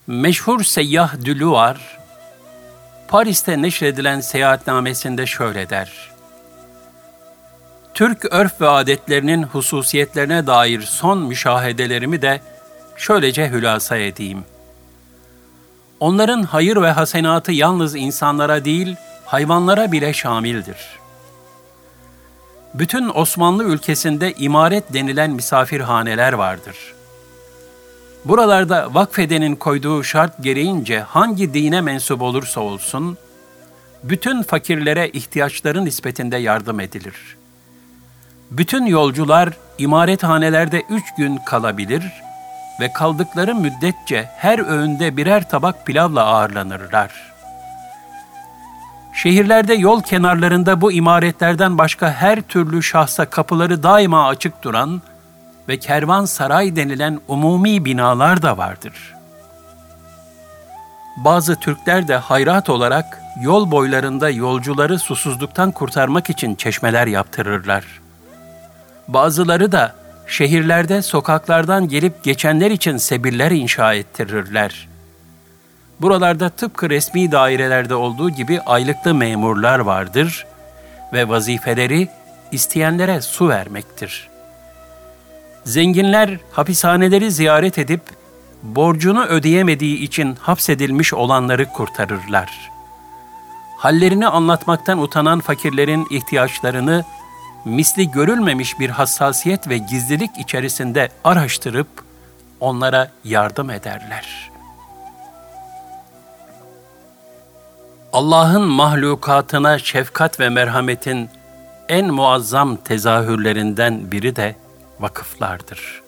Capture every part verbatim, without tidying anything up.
Meşhur seyyah Duluar, Paris'te neşredilen seyahatnamesinde şöyle der: Türk örf ve adetlerinin hususiyetlerine dair son müşahedelerimi de şöylece hülasa edeyim. Onların hayır ve hasenatı yalnız insanlara değil, hayvanlara bile şamildir. Bütün Osmanlı ülkesinde imaret denilen misafirhaneler vardır. Buralarda vakfedenin koyduğu şart gereğince hangi dine mensup olursa olsun, bütün fakirlere ihtiyaçları nispetinde yardım edilir. Bütün yolcular imarethanelerde üç gün kalabilir ve kaldıkları müddetçe her öğünde birer tabak pilavla ağırlanırlar. Şehirlerde yol kenarlarında bu imaretlerden başka her türlü şahsa kapıları daima açık duran ve kervansaray denilen umumi binalar da vardır. Bazı Türkler de hayrat olarak yol boylarında yolcuları susuzluktan kurtarmak için çeşmeler yaptırırlar. Bazıları da şehirlerde sokaklardan gelip geçenler için sebiller inşa ettirirler. Buralarda tıpkı resmi dairelerde olduğu gibi aylıklı memurlar vardır ve vazifeleri isteyenlere su vermektir. Zenginler hapishaneleri ziyaret edip borcunu ödeyemediği için hapsedilmiş olanları kurtarırlar. Hallerini anlatmaktan utanan fakirlerin ihtiyaçlarını misli görülmemiş bir hassasiyet ve gizlilik içerisinde araştırıp onlara yardım ederler. Allah'ın mahlukatına şefkat ve merhametin en muazzam tezahürlerinden biri de vakıflardır.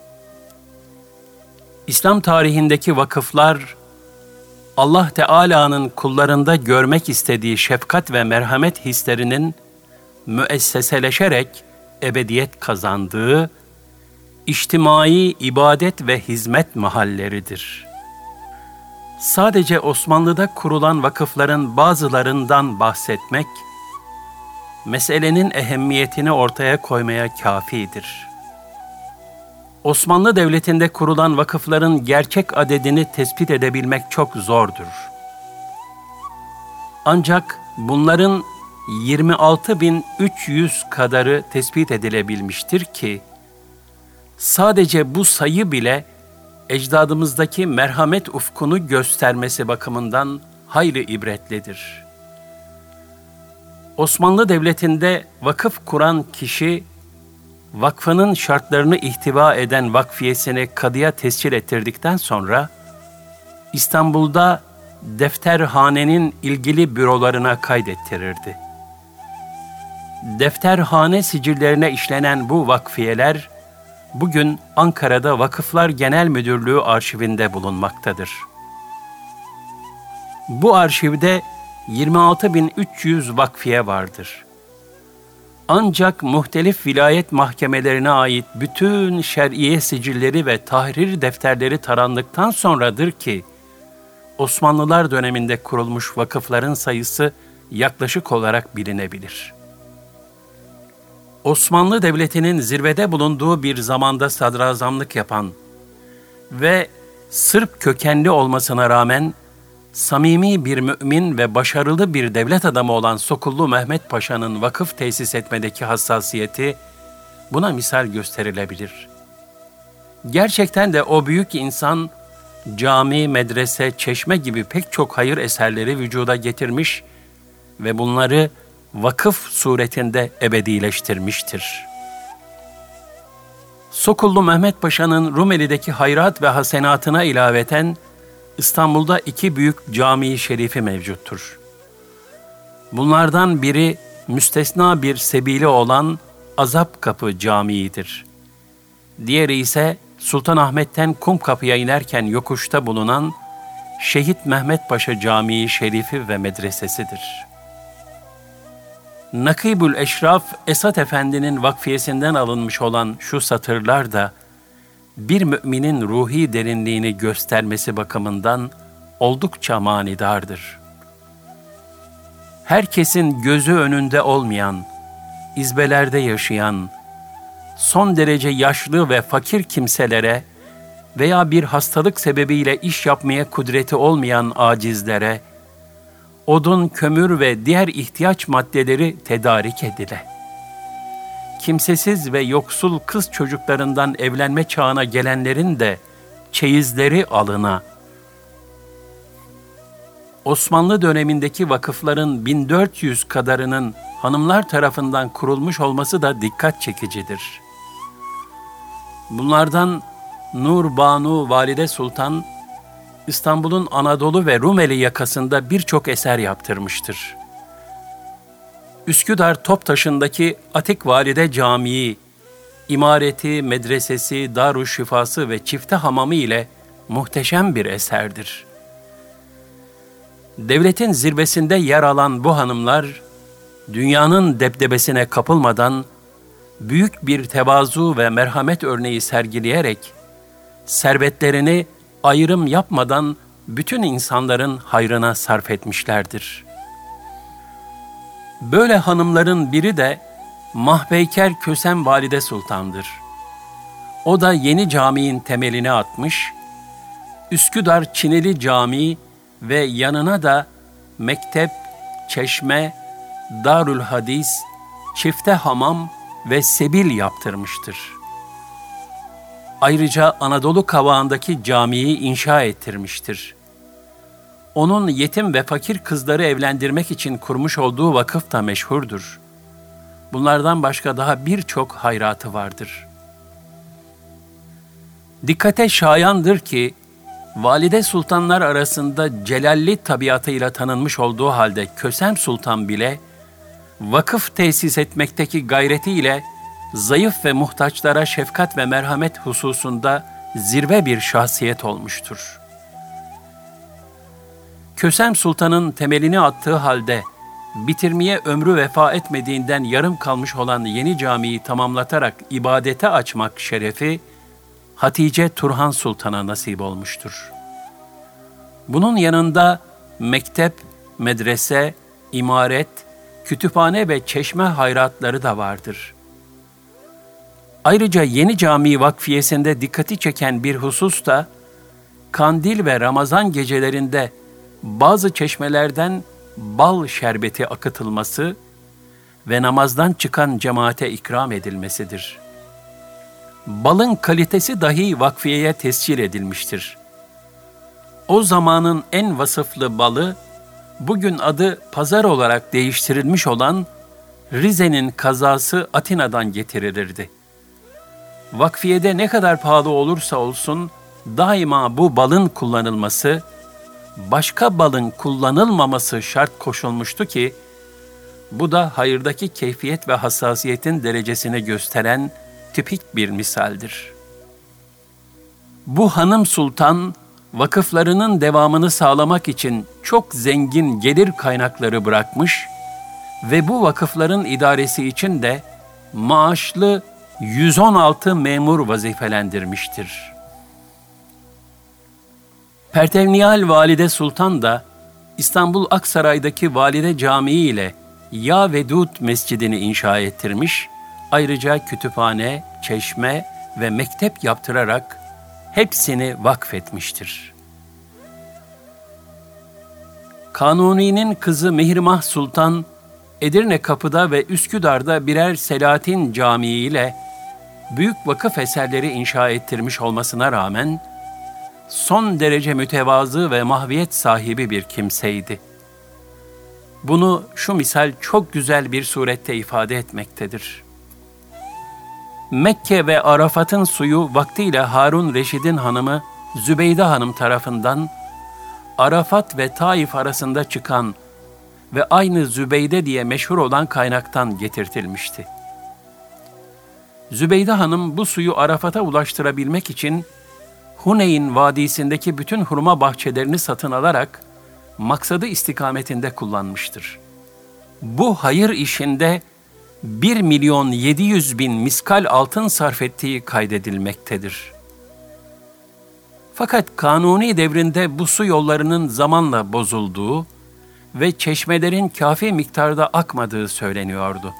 İslam tarihindeki vakıflar, Allah Teala'nın kullarında görmek istediği şefkat ve merhamet hislerinin müesseseleşerek ebediyet kazandığı, içtimai ibadet ve hizmet mahalleridir. Sadece Osmanlı'da kurulan vakıfların bazılarından bahsetmek, meselenin ehemmiyetini ortaya koymaya kâfidir. Osmanlı Devleti'nde kurulan vakıfların gerçek adedini tespit edebilmek çok zordur. Ancak bunların yirmi altı bin üç yüz kadarı tespit edilebilmiştir ki, sadece bu sayı bile ecdadımızdaki merhamet ufkunu göstermesi bakımından hayli ibretlidir. Osmanlı Devleti'nde vakıf kuran kişi, vakfının şartlarını ihtiva eden vakfiyesini kadıya tescil ettirdikten sonra, İstanbul'da defterhanenin ilgili bürolarına kaydettirirdi. Defterhane sicillerine işlenen bu vakfiyeler, bugün Ankara'da Vakıflar Genel Müdürlüğü arşivinde bulunmaktadır. Bu arşivde yirmi altı bin üç yüz vakfiye vardır. Ancak muhtelif vilayet mahkemelerine ait bütün şer'iye sicilleri ve tahrir defterleri tarandıktan sonradır ki, Osmanlılar döneminde kurulmuş vakıfların sayısı yaklaşık olarak bilinebilir. Osmanlı Devleti'nin zirvede bulunduğu bir zamanda sadrazamlık yapan ve Sırp kökenli olmasına rağmen samimi bir mümin ve başarılı bir devlet adamı olan Sokullu Mehmet Paşa'nın vakıf tesis etmedeki hassasiyeti buna misal gösterilebilir. Gerçekten de o büyük insan, cami, medrese, çeşme gibi pek çok hayır eserleri vücuda getirmiş ve bunları vakıf suretinde ebedileştirmiştir. Sokullu Mehmet Paşa'nın Rumeli'deki hayrat ve hasenatına ilaveten İstanbul'da iki büyük cami-i şerifi mevcuttur. Bunlardan biri müstesna bir sebili olan Azapkapı Camii'dir. Diğeri ise Sultanahmet'ten Kumkapı'ya inerken yokuşta bulunan Şehit Mehmet Paşa Camii Şerifi ve Medresesidir. Nakibül Eşraf Esat Efendi'nin vakfiyesinden alınmış olan şu satırlar da bir müminin ruhi derinliğini göstermesi bakımından oldukça manidardır. Herkesin gözü önünde olmayan, izbelerde yaşayan, son derece yaşlı ve fakir kimselere veya bir hastalık sebebiyle iş yapmaya kudreti olmayan acizlere, odun, kömür ve diğer ihtiyaç maddeleri tedarik edile. Kimsesiz ve yoksul kız çocuklarından evlenme çağına gelenlerin de çeyizleri alına. Osmanlı dönemindeki vakıfların bin dört yüz kadarının hanımlar tarafından kurulmuş olması da dikkat çekicidir. Bunlardan Nur Banu Valide Sultan, İstanbul'un Anadolu ve Rumeli yakasında birçok eser yaptırmıştır. Üsküdar Toptaşı'ndaki Atik Valide Camii, imareti, medresesi, Darüşşifası ve çifte hamamı ile muhteşem bir eserdir. Devletin zirvesinde yer alan bu hanımlar, dünyanın debdebesine kapılmadan, büyük bir tevazu ve merhamet örneği sergileyerek, servetlerini ayrım yapmadan bütün insanların hayrına sarf etmişlerdir. Böyle hanımların biri de Mahpeyker Kösem Valide Sultan'dır. O da yeni caminin temelini atmış, Üsküdar Çinili Camii ve yanına da mektep, çeşme, Darül Hadis, çifte hamam ve sebil yaptırmıştır. Ayrıca Anadolu kavağındaki camiyi inşa ettirmiştir. Onun yetim ve fakir kızları evlendirmek için kurmuş olduğu vakıf da meşhurdur. Bunlardan başka daha birçok hayratı vardır. Dikkate şayandır ki, valide sultanlar arasında celalli tabiatıyla tanınmış olduğu halde Kösem Sultan bile, vakıf tesis etmekteki gayretiyle zayıf ve muhtaçlara şefkat ve merhamet hususunda zirve bir şahsiyet olmuştur. Kösem Sultan'ın temelini attığı halde, bitirmeye ömrü vefa etmediğinden yarım kalmış olan yeni camiyi tamamlatarak ibadete açmak şerefi, Hatice Turhan Sultan'a nasip olmuştur. Bunun yanında mektep, medrese, imaret, kütüphane ve çeşme hayratları da vardır. Ayrıca yeni cami vakfiyesinde dikkati çeken bir husus da, Kandil ve Ramazan gecelerinde bazı çeşmelerden bal şerbeti akıtılması ve namazdan çıkan cemaate ikram edilmesidir. Balın kalitesi dahi vakfiyeye tescil edilmiştir. O zamanın en vasıflı balı, bugün adı pazar olarak değiştirilmiş olan Rize'nin kazası Atina'dan getirilirdi. Vakfiyede ne kadar pahalı olursa olsun, daima bu balın kullanılması, başka balın kullanılmaması şart koşulmuştu ki, bu da hayırdaki keyfiyet ve hassasiyetin derecesini gösteren tipik bir misaldir. Bu hanım sultan, vakıflarının devamını sağlamak için çok zengin gelir kaynakları bırakmış ve bu vakıfların idaresi için de maaşlı yüz on altı memur vazifelendirmiştir. Pertevniyal Valide Sultan da İstanbul Aksaray'daki Valide Camii ile Ya Vedud Mescidini inşa ettirmiş, ayrıca kütüphane, çeşme ve mektep yaptırarak hepsini vakfetmiştir. Kanuni'nin kızı Mihrimah Sultan, Edirne Kapı'da ve Üsküdar'da birer Selahattin Camii ile büyük vakıf eserleri inşa ettirmiş olmasına rağmen, son derece mütevazı ve mahviyet sahibi bir kimseydi. Bunu şu misal çok güzel bir surette ifade etmektedir. Mekke ve Arafat'ın suyu vaktiyle Harun Reşid'in hanımı Zübeyde Hanım tarafından Arafat ve Taif arasında çıkan ve aynı Zübeyde diye meşhur olan kaynaktan getirtilmişti. Zübeyde Hanım bu suyu Arafat'a ulaştırabilmek için Huneyn Vadisi'ndeki bütün hurma bahçelerini satın alarak maksadı istikametinde kullanmıştır. Bu hayır işinde bir milyon yedi yüz bin miskal altın sarf ettiği kaydedilmektedir. Fakat Kanuni devrinde bu su yollarının zamanla bozulduğu ve çeşmelerin kafi miktarda akmadığı söyleniyordu.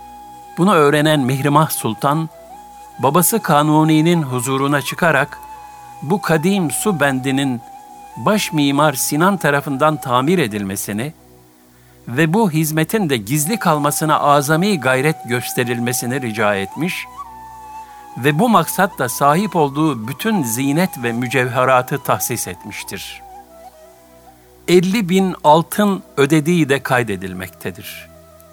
Bunu öğrenen Mihrimah Sultan, babası Kanuni'nin huzuruna çıkarak bu kadim su bendinin baş mimar Sinan tarafından tamir edilmesini ve bu hizmetin de gizli kalmasına azami gayret gösterilmesini rica etmiş ve bu maksatla sahip olduğu bütün zinet ve mücevheratı tahsis etmiştir. elli bin altın ödediği de kaydedilmektedir.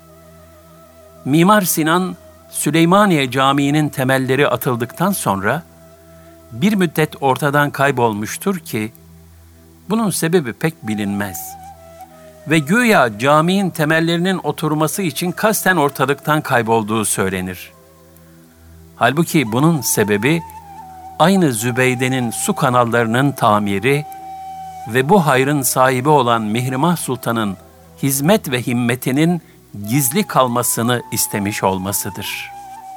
Mimar Sinan, Süleymaniye Camii'nin temelleri atıldıktan sonra bir müddet ortadan kaybolmuştur ki, bunun sebebi pek bilinmez. Ve güya caminin temellerinin oturması için kasten ortalıktan kaybolduğu söylenir. Halbuki bunun sebebi, aynı Zübeyde'nin su kanallarının tamiri ve bu hayrın sahibi olan Mihrimah Sultan'ın hizmet ve himmetinin gizli kalmasını istemiş olmasıdır.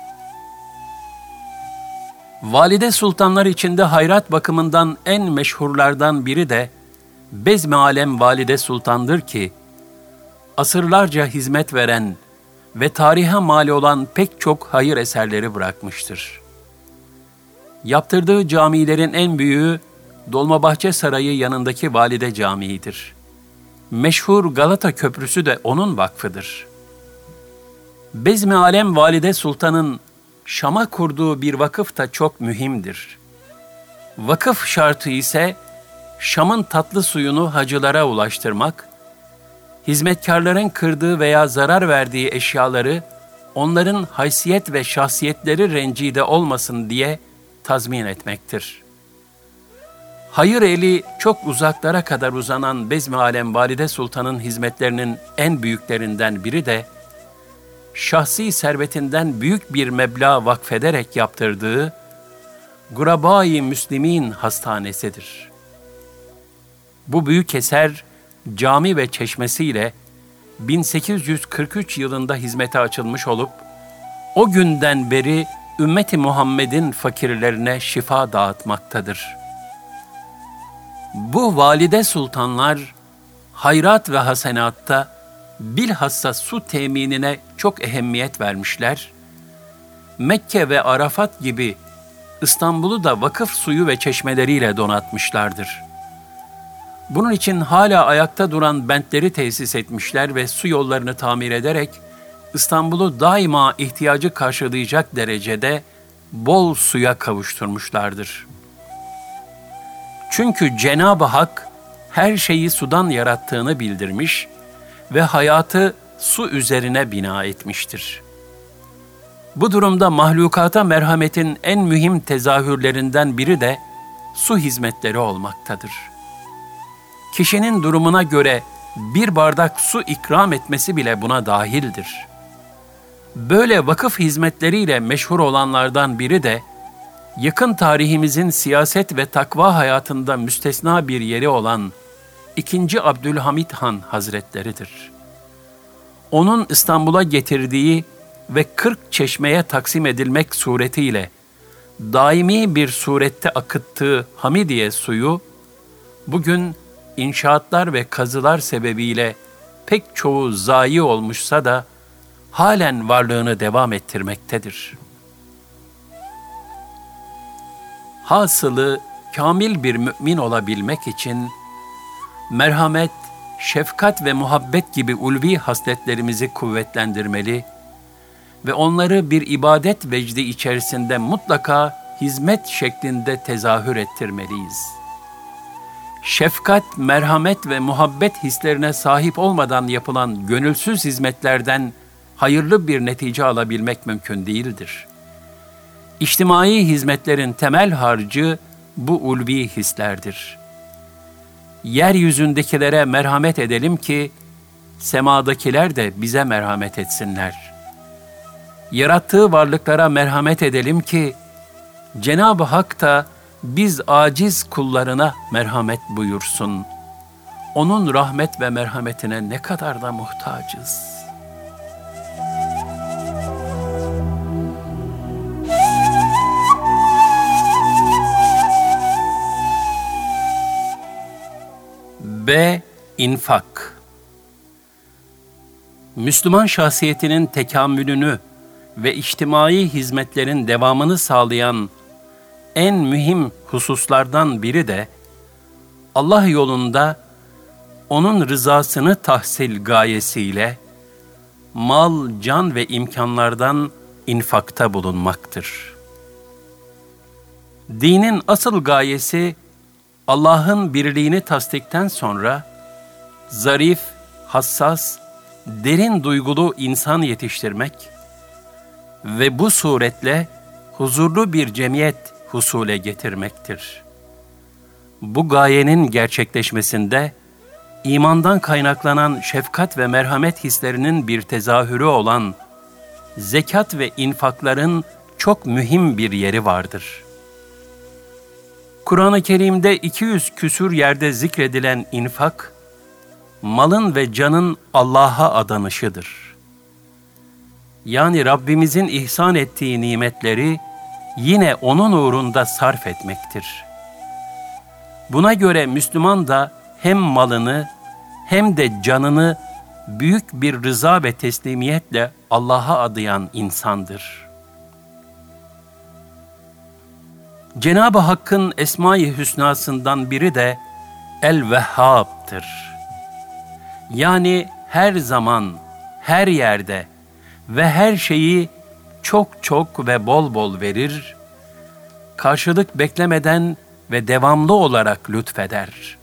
Valide sultanlar içinde hayrat bakımından en meşhurlardan biri de Bezmi Alem Valide Sultan'dır ki, asırlarca hizmet veren ve tarihe mal olan pek çok hayır eserleri bırakmıştır. Yaptırdığı camilerin en büyüğü Dolmabahçe Sarayı yanındaki Valide Camii'dir. Meşhur Galata Köprüsü de onun vakfıdır. Bezmi Alem Valide Sultan'ın Şam'a kurduğu bir vakıf da çok mühimdir. Vakıf şartı ise Şam'ın tatlı suyunu hacılara ulaştırmak, hizmetkarların kırdığı veya zarar verdiği eşyaları onların haysiyet ve şahsiyetleri rencide olmasın diye tazmin etmektir. Hayır eli çok uzaklara kadar uzanan Bezmi Alem Valide Sultan'ın hizmetlerinin en büyüklerinden biri de, şahsi servetinden büyük bir meblağ vakfederek yaptırdığı Guraba-i Müslimin Hastanesi'dir. Bu büyük eser, cami ve çeşmesiyle bin sekiz yüz kırk üç yılında hizmete açılmış olup, o günden beri ümmeti Muhammed'in fakirlerine şifa dağıtmaktadır. Bu valide sultanlar, hayrat ve hasenatta bilhassa su teminine çok ehemmiyet vermişler, Mekke ve Arafat gibi İstanbul'u da vakıf suyu ve çeşmeleriyle donatmışlardır. Bunun için hala ayakta duran bentleri tesis etmişler ve su yollarını tamir ederek İstanbul'u daima ihtiyacı karşılayacak derecede bol suya kavuşturmuşlardır. Çünkü Cenab-ı Hak her şeyi sudan yarattığını bildirmiş ve hayatı su üzerine bina etmiştir. Bu durumda mahlukata merhametin en mühim tezahürlerinden biri de su hizmetleri olmaktadır. Kişinin durumuna göre bir bardak su ikram etmesi bile buna dahildir. Böyle vakıf hizmetleriyle meşhur olanlardan biri de, yakın tarihimizin siyaset ve takva hayatında müstesna bir yeri olan ikinci. Abdülhamit Han Hazretleridir. Onun İstanbul'a getirdiği ve kırk çeşmeye taksim edilmek suretiyle daimi bir surette akıttığı Hamidiye suyu, bugün inşaatlar ve kazılar sebebiyle pek çoğu zayi olmuşsa da halen varlığını devam ettirmektedir. Hasılı kamil bir mümin olabilmek için merhamet, şefkat ve muhabbet gibi ulvi hasletlerimizi kuvvetlendirmeli ve onları bir ibadet vecdi içerisinde mutlaka hizmet şeklinde tezahür ettirmeliyiz. Şefkat, merhamet ve muhabbet hislerine sahip olmadan yapılan gönülsüz hizmetlerden hayırlı bir netice alabilmek mümkün değildir. İçtimai hizmetlerin temel harcı bu ulvi hislerdir. Yeryüzündekilere merhamet edelim ki, semadakiler de bize merhamet etsinler. Yarattığı varlıklara merhamet edelim ki, Cenab-ı Hak da biz aciz kullarına merhamet buyursun. Onun rahmet ve merhametine ne kadar da muhtacız. B. İnfak. Müslüman şahsiyetinin tekamülünü ve içtimai hizmetlerin devamını sağlayan en mühim hususlardan biri de Allah yolunda onun rızasını tahsil gayesiyle mal, can ve imkanlardan infakta bulunmaktır. Dinin asıl gayesi Allah'ın birliğini tasdikten sonra zarif, hassas, derin duygulu insan yetiştirmek ve bu suretle huzurlu bir cemiyet husule getirmektir. Bu gayenin gerçekleşmesinde imandan kaynaklanan şefkat ve merhamet hislerinin bir tezahürü olan zekat ve infakların çok mühim bir yeri vardır. Kur'an-ı Kerim'de iki yüz küsur yerde zikredilen infak, malın ve canın Allah'a adanışıdır. Yani Rabbimizin ihsan ettiği nimetleri yine onun uğrunda sarf etmektir. Buna göre Müslüman da hem malını hem de canını büyük bir rıza ve teslimiyetle Allah'a adayan insandır. Cenab-ı Hakk'ın Esma-i Hüsnasından biri de El-Vehhab'tır. Yani her zaman, her yerde ve her şeyi çok çok ve bol bol verir, karşılık beklemeden ve devamlı olarak lütfeder.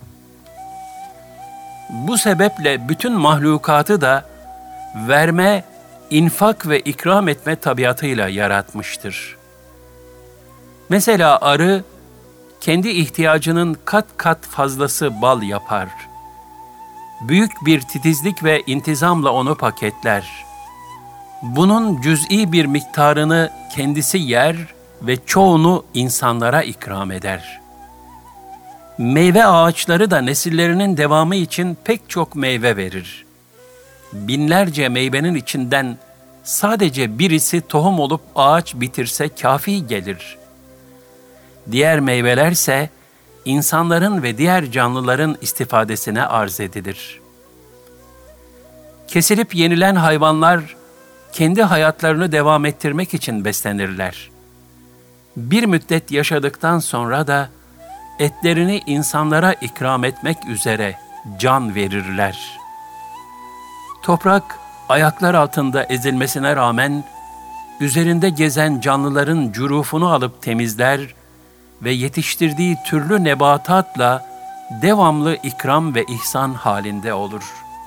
Bu sebeple bütün mahlukatı da verme, infak ve ikram etme tabiatıyla yaratmıştır. Mesela arı, kendi ihtiyacının kat kat fazlası bal yapar. Büyük bir titizlik ve intizamla onu paketler. Bunun cüz'i bir miktarını kendisi yer ve çoğunu insanlara ikram eder. Meyve ağaçları da nesillerinin devamı için pek çok meyve verir. Binlerce meyvenin içinden sadece birisi tohum olup ağaç bitirse kafi gelir. Diğer meyvelerse insanların ve diğer canlıların istifadesine arz edilir. Kesilip yenilen hayvanlar kendi hayatlarını devam ettirmek için beslenirler. Bir müddet yaşadıktan sonra da etlerini insanlara ikram etmek üzere can verirler. Toprak, ayaklar altında ezilmesine rağmen, üzerinde gezen canlıların cürufunu alıp temizler ve yetiştirdiği türlü nebatatla devamlı ikram ve ihsan halinde olur.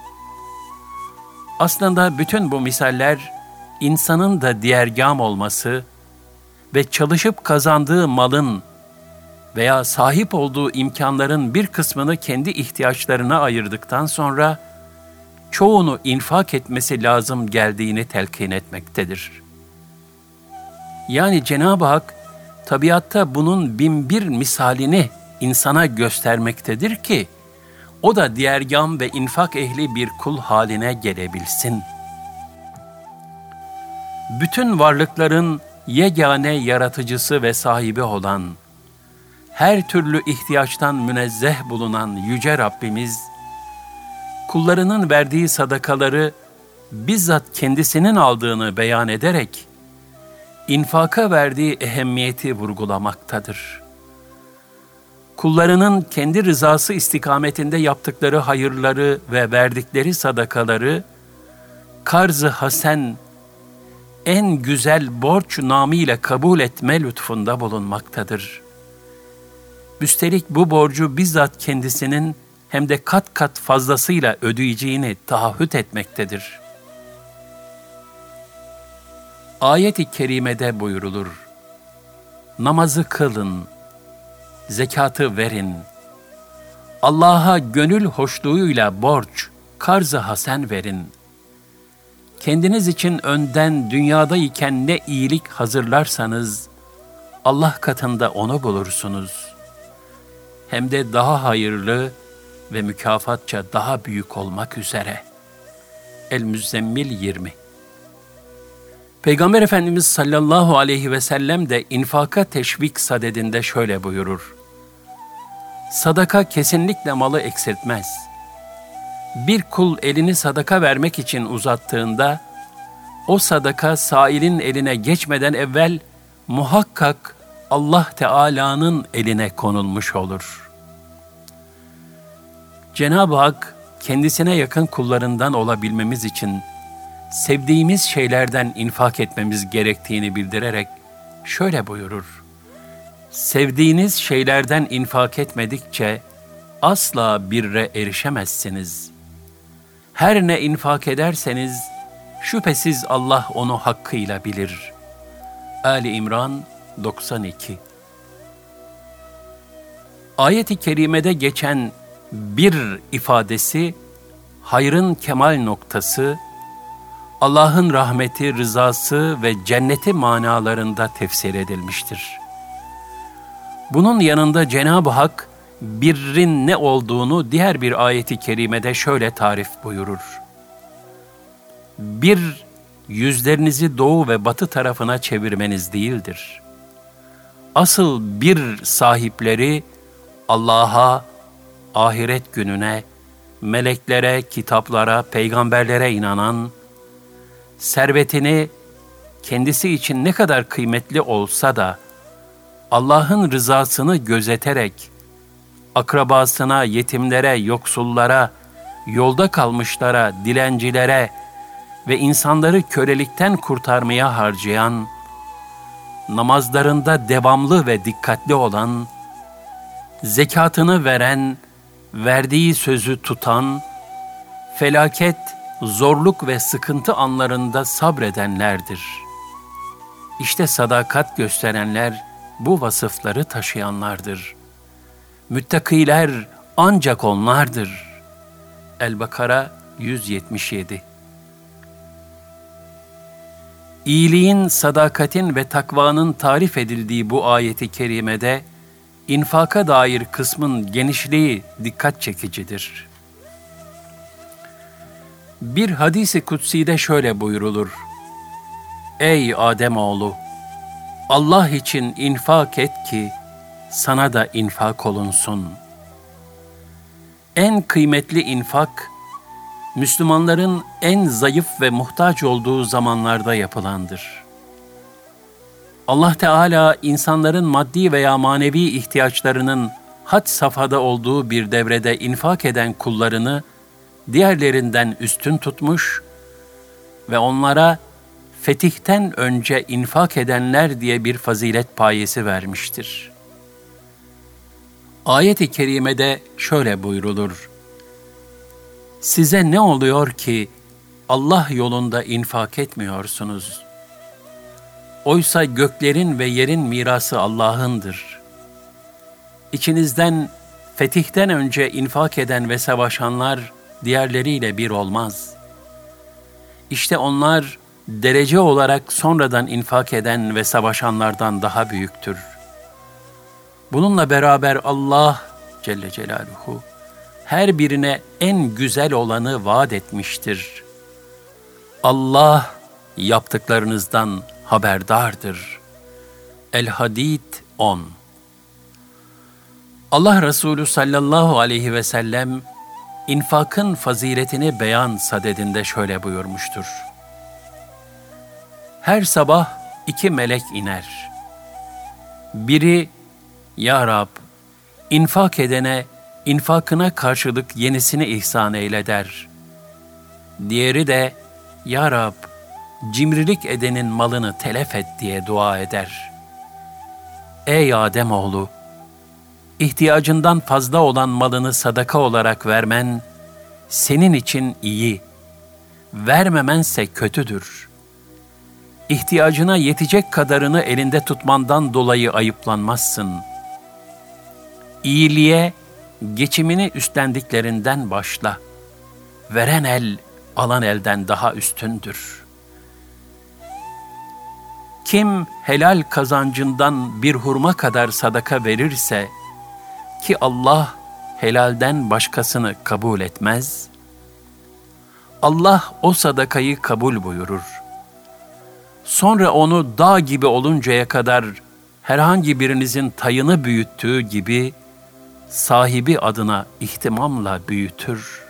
Aslında bütün bu misaller, insanın da diğergâm olması ve çalışıp kazandığı malın veya sahip olduğu imkanların bir kısmını kendi ihtiyaçlarına ayırdıktan sonra, çoğunu infak etmesi lazım geldiğini telkin etmektedir. Yani Cenab-ı Hak, tabiatta bunun bin bir misalini insana göstermektedir ki, o da diğergâm ve infak ehli bir kul haline gelebilsin. Bütün varlıkların yegane yaratıcısı ve sahibi olan, her türlü ihtiyaçtan münezzeh bulunan Yüce Rabbimiz, kullarının verdiği sadakaları bizzat kendisinin aldığını beyan ederek, infaka verdiği ehemmiyeti vurgulamaktadır. Kullarının kendi rızası istikametinde yaptıkları hayırları ve verdikleri sadakaları, karz-ı hasen, en güzel borç namıyla kabul etme lütfunda bulunmaktadır. Üstelik bu borcu bizzat kendisinin hem de kat kat fazlasıyla ödeyeceğini taahhüt etmektedir. Ayet-i kerimede buyurulur: namazı kılın, zekatı verin, Allah'a gönül hoşluğuyla borç, karz-ı hasen verin. Kendiniz için önden dünyadayken ne iyilik hazırlarsanız, Allah katında onu bulursunuz. Hem de daha hayırlı ve mükafatça daha büyük olmak üzere. El-Müzzemmil yirmi. Peygamber Efendimiz sallallahu aleyhi ve sellem de infaka teşvik sadedinde şöyle buyurur: sadaka kesinlikle malı eksiltmez. Bir kul elini sadaka vermek için uzattığında, o sadaka sailin eline geçmeden evvel muhakkak Allah Teala'nın eline konulmuş olur. Cenab-ı Hak kendisine yakın kullarından olabilmemiz için sevdiğimiz şeylerden infak etmemiz gerektiğini bildirerek şöyle buyurur: sevdiğiniz şeylerden infak etmedikçe asla birre erişemezsiniz. Her ne infak ederseniz şüphesiz Allah onu hakkıyla bilir. Ali İmran doksan iki. Ayet-i kerimede geçen bir ifadesi hayrın kemal noktası, Allah'ın rahmeti, rızası ve cenneti manalarında tefsir edilmiştir. Bunun yanında Cenab-ı Hak birrin ne olduğunu diğer bir ayet-i kerimede şöyle tarif buyurur: bir, yüzlerinizi doğu ve batı tarafına çevirmeniz değildir. Asıl bir sahipleri Allah'a, ahiret gününe, meleklere, kitaplara, peygamberlere inanan, servetini kendisi için ne kadar kıymetli olsa da Allah'ın rızasını gözeterek akrabasına, yetimlere, yoksullara, yolda kalmışlara, dilencilere ve insanları kölelikten kurtarmaya harcayan, namazlarında devamlı ve dikkatli olan, zekatını veren, verdiği sözü tutan, felaket, zorluk ve sıkıntı anlarında sabredenlerdir. İşte sadakat gösterenler bu vasıfları taşıyanlardır. Müttakiler ancak onlardır. El-Bakara yüz yetmiş yedi. İyiliğin, sadakatin ve takvanın tarif edildiği bu ayeti kerimede infaka dair kısmın genişliği dikkat çekicidir. Bir hadis-i kutsi'de şöyle buyurulur: ey Ademoğlu! Allah için infak et ki sana da infak olunsun. En kıymetli infak, Müslümanların en zayıf ve muhtaç olduğu zamanlarda yapılandır. Allah Teala insanların maddi veya manevi ihtiyaçlarının had safhada olduğu bir devrede infak eden kullarını diğerlerinden üstün tutmuş ve onlara fetihten önce infak edenler diye bir fazilet payesi vermiştir. Ayet-i kerimede şöyle buyrulur: size ne oluyor ki Allah yolunda infak etmiyorsunuz? Oysa göklerin ve yerin mirası Allah'ındır. İçinizden fetihten önce infak eden ve savaşanlar diğerleriyle bir olmaz. İşte onlar derece olarak sonradan infak eden ve savaşanlardan daha büyüktür. Bununla beraber Allah Celle Celaluhu her birine en güzel olanı vaat etmiştir. Allah yaptıklarınızdan haberdardır. El-Hadid on. Allah Resulü sallallahu aleyhi ve sellem infakın faziletini beyan sadedinde şöyle buyurmuştur: her sabah iki melek iner. Biri, ya Rab, infak edene infakına karşılık yenisini ihsan eyle der. Diğeri de, ya Rab, cimrilik edenin malını telef et diye dua eder. Ey Ademoğlu! İhtiyacından fazla olan malını sadaka olarak vermen, senin için iyi, vermemense kötüdür. İhtiyacına yetecek kadarını elinde tutmandan dolayı ayıplanmazsın. İyiliğe, geçimini üstlendiklerinden başla. Veren el, alan elden daha üstündür. Kim helal kazancından bir hurma kadar sadaka verirse, ki Allah helalden başkasını kabul etmez, Allah o sadakayı kabul buyurur. Sonra onu dağ gibi oluncaya kadar herhangi birinizin tayını büyüttüğü gibi sahibi adına ihtimamla büyütür.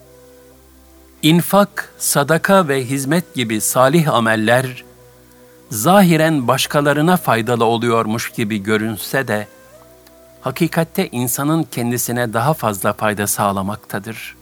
İnfak, sadaka ve hizmet gibi salih ameller, zahiren başkalarına faydalı oluyormuş gibi görünse de, hakikatte insanın kendisine daha fazla fayda sağlamaktadır.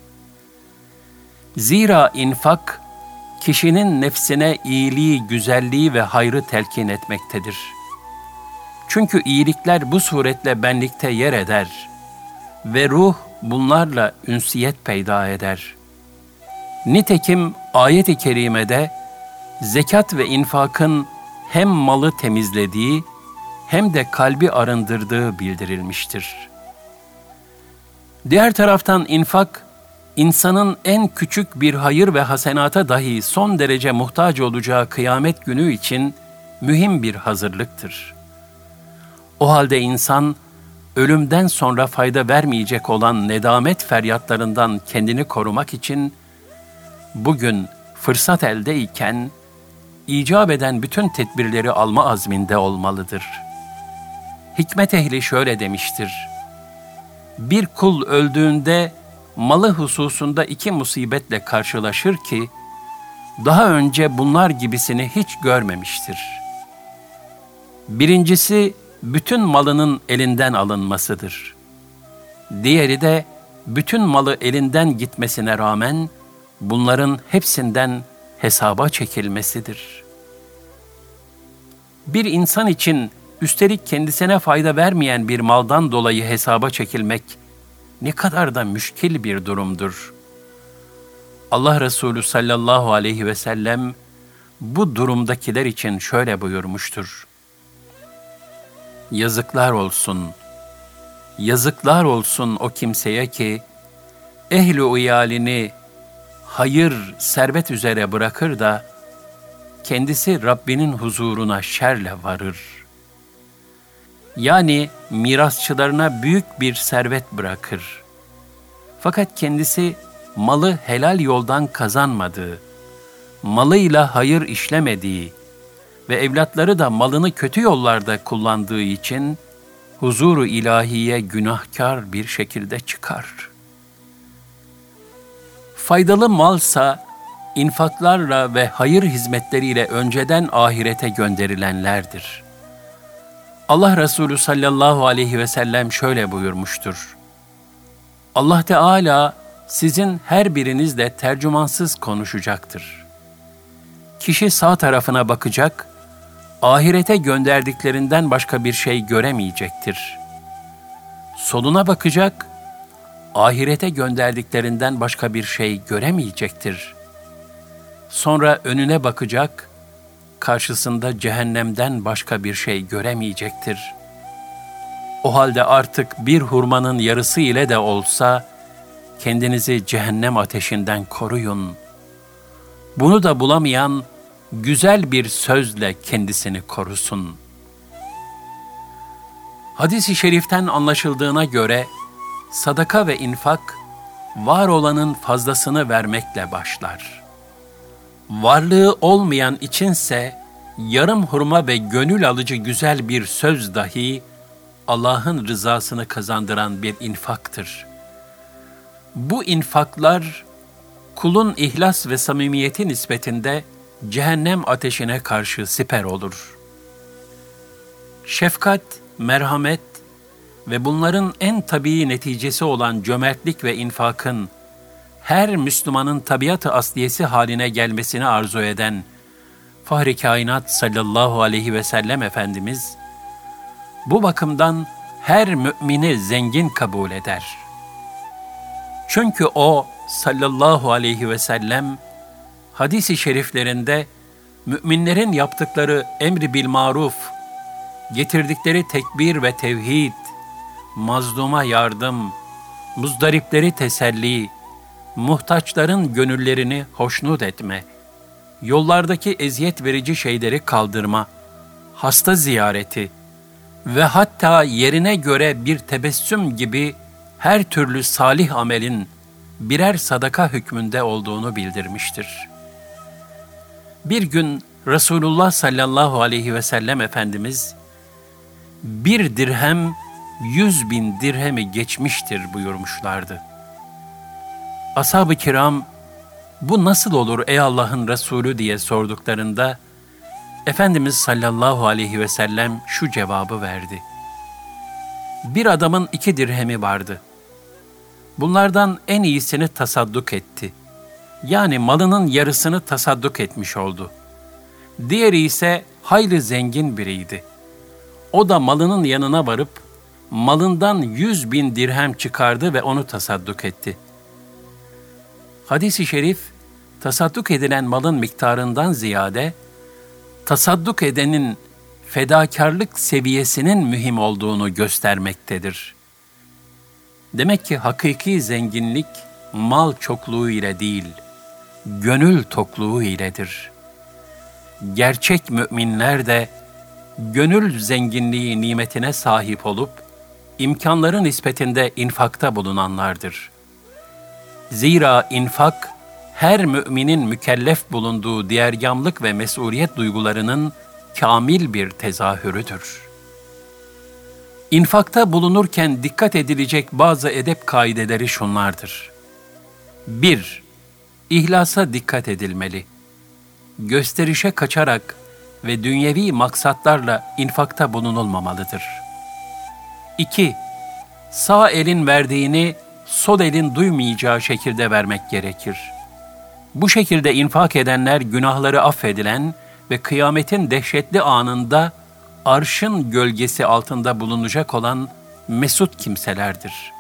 Zira infak, kişinin nefsine iyiliği, güzelliği ve hayrı telkin etmektedir. Çünkü iyilikler bu suretle benlikte yer eder ve ruh bunlarla ünsiyet peyda eder. Nitekim ayet-i kerimede zekat ve infakın hem malı temizlediği hem de kalbi arındırdığı bildirilmiştir. Diğer taraftan infak, insanın en küçük bir hayır ve hasenata dahi son derece muhtaç olacağı kıyamet günü için mühim bir hazırlıktır. O halde insan, ölümden sonra fayda vermeyecek olan nedamet feryatlarından kendini korumak için, bugün fırsat eldeyken, icap eden bütün tedbirleri alma azminde olmalıdır. Hikmet ehli şöyle demiştir: bir kul öldüğünde malı hususunda iki musibetle karşılaşır ki, daha önce bunlar gibisini hiç görmemiştir. Birincisi, bütün malının elinden alınmasıdır. Diğeri de, bütün malı elinden gitmesine rağmen, bunların hepsinden hesaba çekilmesidir. Bir insan için, üstelik kendisine fayda vermeyen bir maldan dolayı hesaba çekilmek, ne kadar da müşkil bir durumdur. Allah Resulü sallallahu aleyhi ve sellem, bu durumdakiler için şöyle buyurmuştur: yazıklar olsun, yazıklar olsun o kimseye ki, ehli uyalini hayır, servet üzere bırakır da, kendisi Rabbinin huzuruna şerle varır. Yani mirasçılarına büyük bir servet bırakır. Fakat kendisi malı helal yoldan kazanmadığı, malıyla hayır işlemediği ve evlatları da malını kötü yollarda kullandığı için huzuru ilahiye günahkar bir şekilde çıkar. Faydalı malsa, infaklarla ve hayır hizmetleriyle önceden ahirete gönderilenlerdir. Allah Resulü sallallahu aleyhi ve sellem şöyle buyurmuştur: Allah Teala sizin her birinizle tercümansız konuşacaktır. Kişi sağ tarafına bakacak, ahirete gönderdiklerinden başka bir şey göremeyecektir. Soluna bakacak, ahirete gönderdiklerinden başka bir şey göremeyecektir. Sonra önüne bakacak, karşısında cehennemden başka bir şey göremeyecektir. O halde artık bir hurmanın yarısı ile de olsa, kendinizi cehennem ateşinden koruyun. Bunu da bulamayan, güzel bir sözle kendisini korusun. Hadis-i şeriften anlaşıldığına göre, sadaka ve infak, var olanın fazlasını vermekle başlar. Varlığı olmayan içinse, yarım hurma ve gönül alıcı güzel bir söz dahi, Allah'ın rızasını kazandıran bir infaktır. Bu infaklar, kulun ihlas ve samimiyeti nispetinde, cehennem ateşine karşı siper olur. Şefkat, merhamet ve bunların en tabii neticesi olan cömertlik ve infakın, her Müslümanın tabiat-ı asliyesi haline gelmesini arzu eden Fahri Kainat sallallahu aleyhi ve sellem Efendimiz, bu bakımdan her mümini zengin kabul eder. Çünkü o sallallahu aleyhi ve sellem, hadis-i şeriflerinde müminlerin yaptıkları emri bil maruf, getirdikleri tekbir ve tevhid, mazluma yardım, muzdaripleri teselli, muhtaçların gönüllerini hoşnut etme, yollardaki eziyet verici şeyleri kaldırma, hasta ziyareti ve hatta yerine göre bir tebessüm gibi her türlü salih amelin birer sadaka hükmünde olduğunu bildirmiştir. Bir gün Resulullah sallallahu aleyhi ve sellem Efendimiz, bir dirhem yüz bin dirhemi geçmiştir buyurmuşlardı. Ashab-ı kiram, bu nasıl olur ey Allah'ın Resulü diye sorduklarında, Efendimiz sallallahu aleyhi ve sellem şu cevabı verdi. Bir adamın iki dirhemi vardı. Bunlardan en iyisini tasadduk etti. Yani malının yarısını tasadduk etmiş oldu. Diğeri ise hayli zengin biriydi. O da malının yanına varıp malından yüz bin dirhem çıkardı ve onu tasadduk etti. Hadis-i şerif, tasadduk edilen malın miktarından ziyade, tasadduk edenin fedakarlık seviyesinin mühim olduğunu göstermektedir. Demek ki hakiki zenginlik, mal çokluğu ile değil, gönül tokluğu iledir. Gerçek müminler de, gönül zenginliği nimetine sahip olup, imkanların nispetinde infakta bulunanlardır. Zira infak, her müminin mükellef bulunduğu diğergamlık ve mesuliyet duygularının kamil bir tezahürüdür. İnfakta bulunurken dikkat edilecek bazı edep kaideleri şunlardır. bir. İhlasa dikkat edilmeli. Gösterişe kaçarak ve dünyevi maksatlarla infakta bulunulmamalıdır. iki. Sağ elin verdiğini sol elin duymayacağı şekilde vermek gerekir. Bu şekilde infak edenler günahları affedilen ve kıyametin dehşetli anında arşın gölgesi altında bulunacak olan mesut kimselerdir.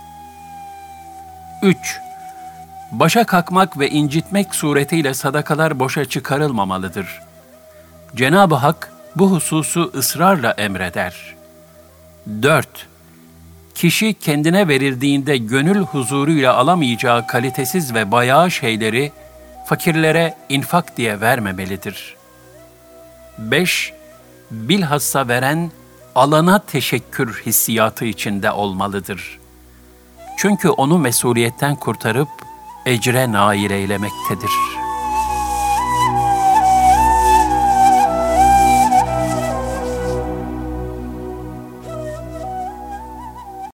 üç. Başa kalkmak ve incitmek suretiyle sadakalar boşa çıkarılmamalıdır. Cenab-ı Hak bu hususu ısrarla emreder. dört. Kişi kendine verildiğinde gönül huzuruyla alamayacağı kalitesiz ve bayağı şeyleri fakirlere infak diye vermemelidir. beş. Bilhassa veren, alana teşekkür hissiyatı içinde olmalıdır. Çünkü onu mesuliyetten kurtarıp ecre nail eylemektedir.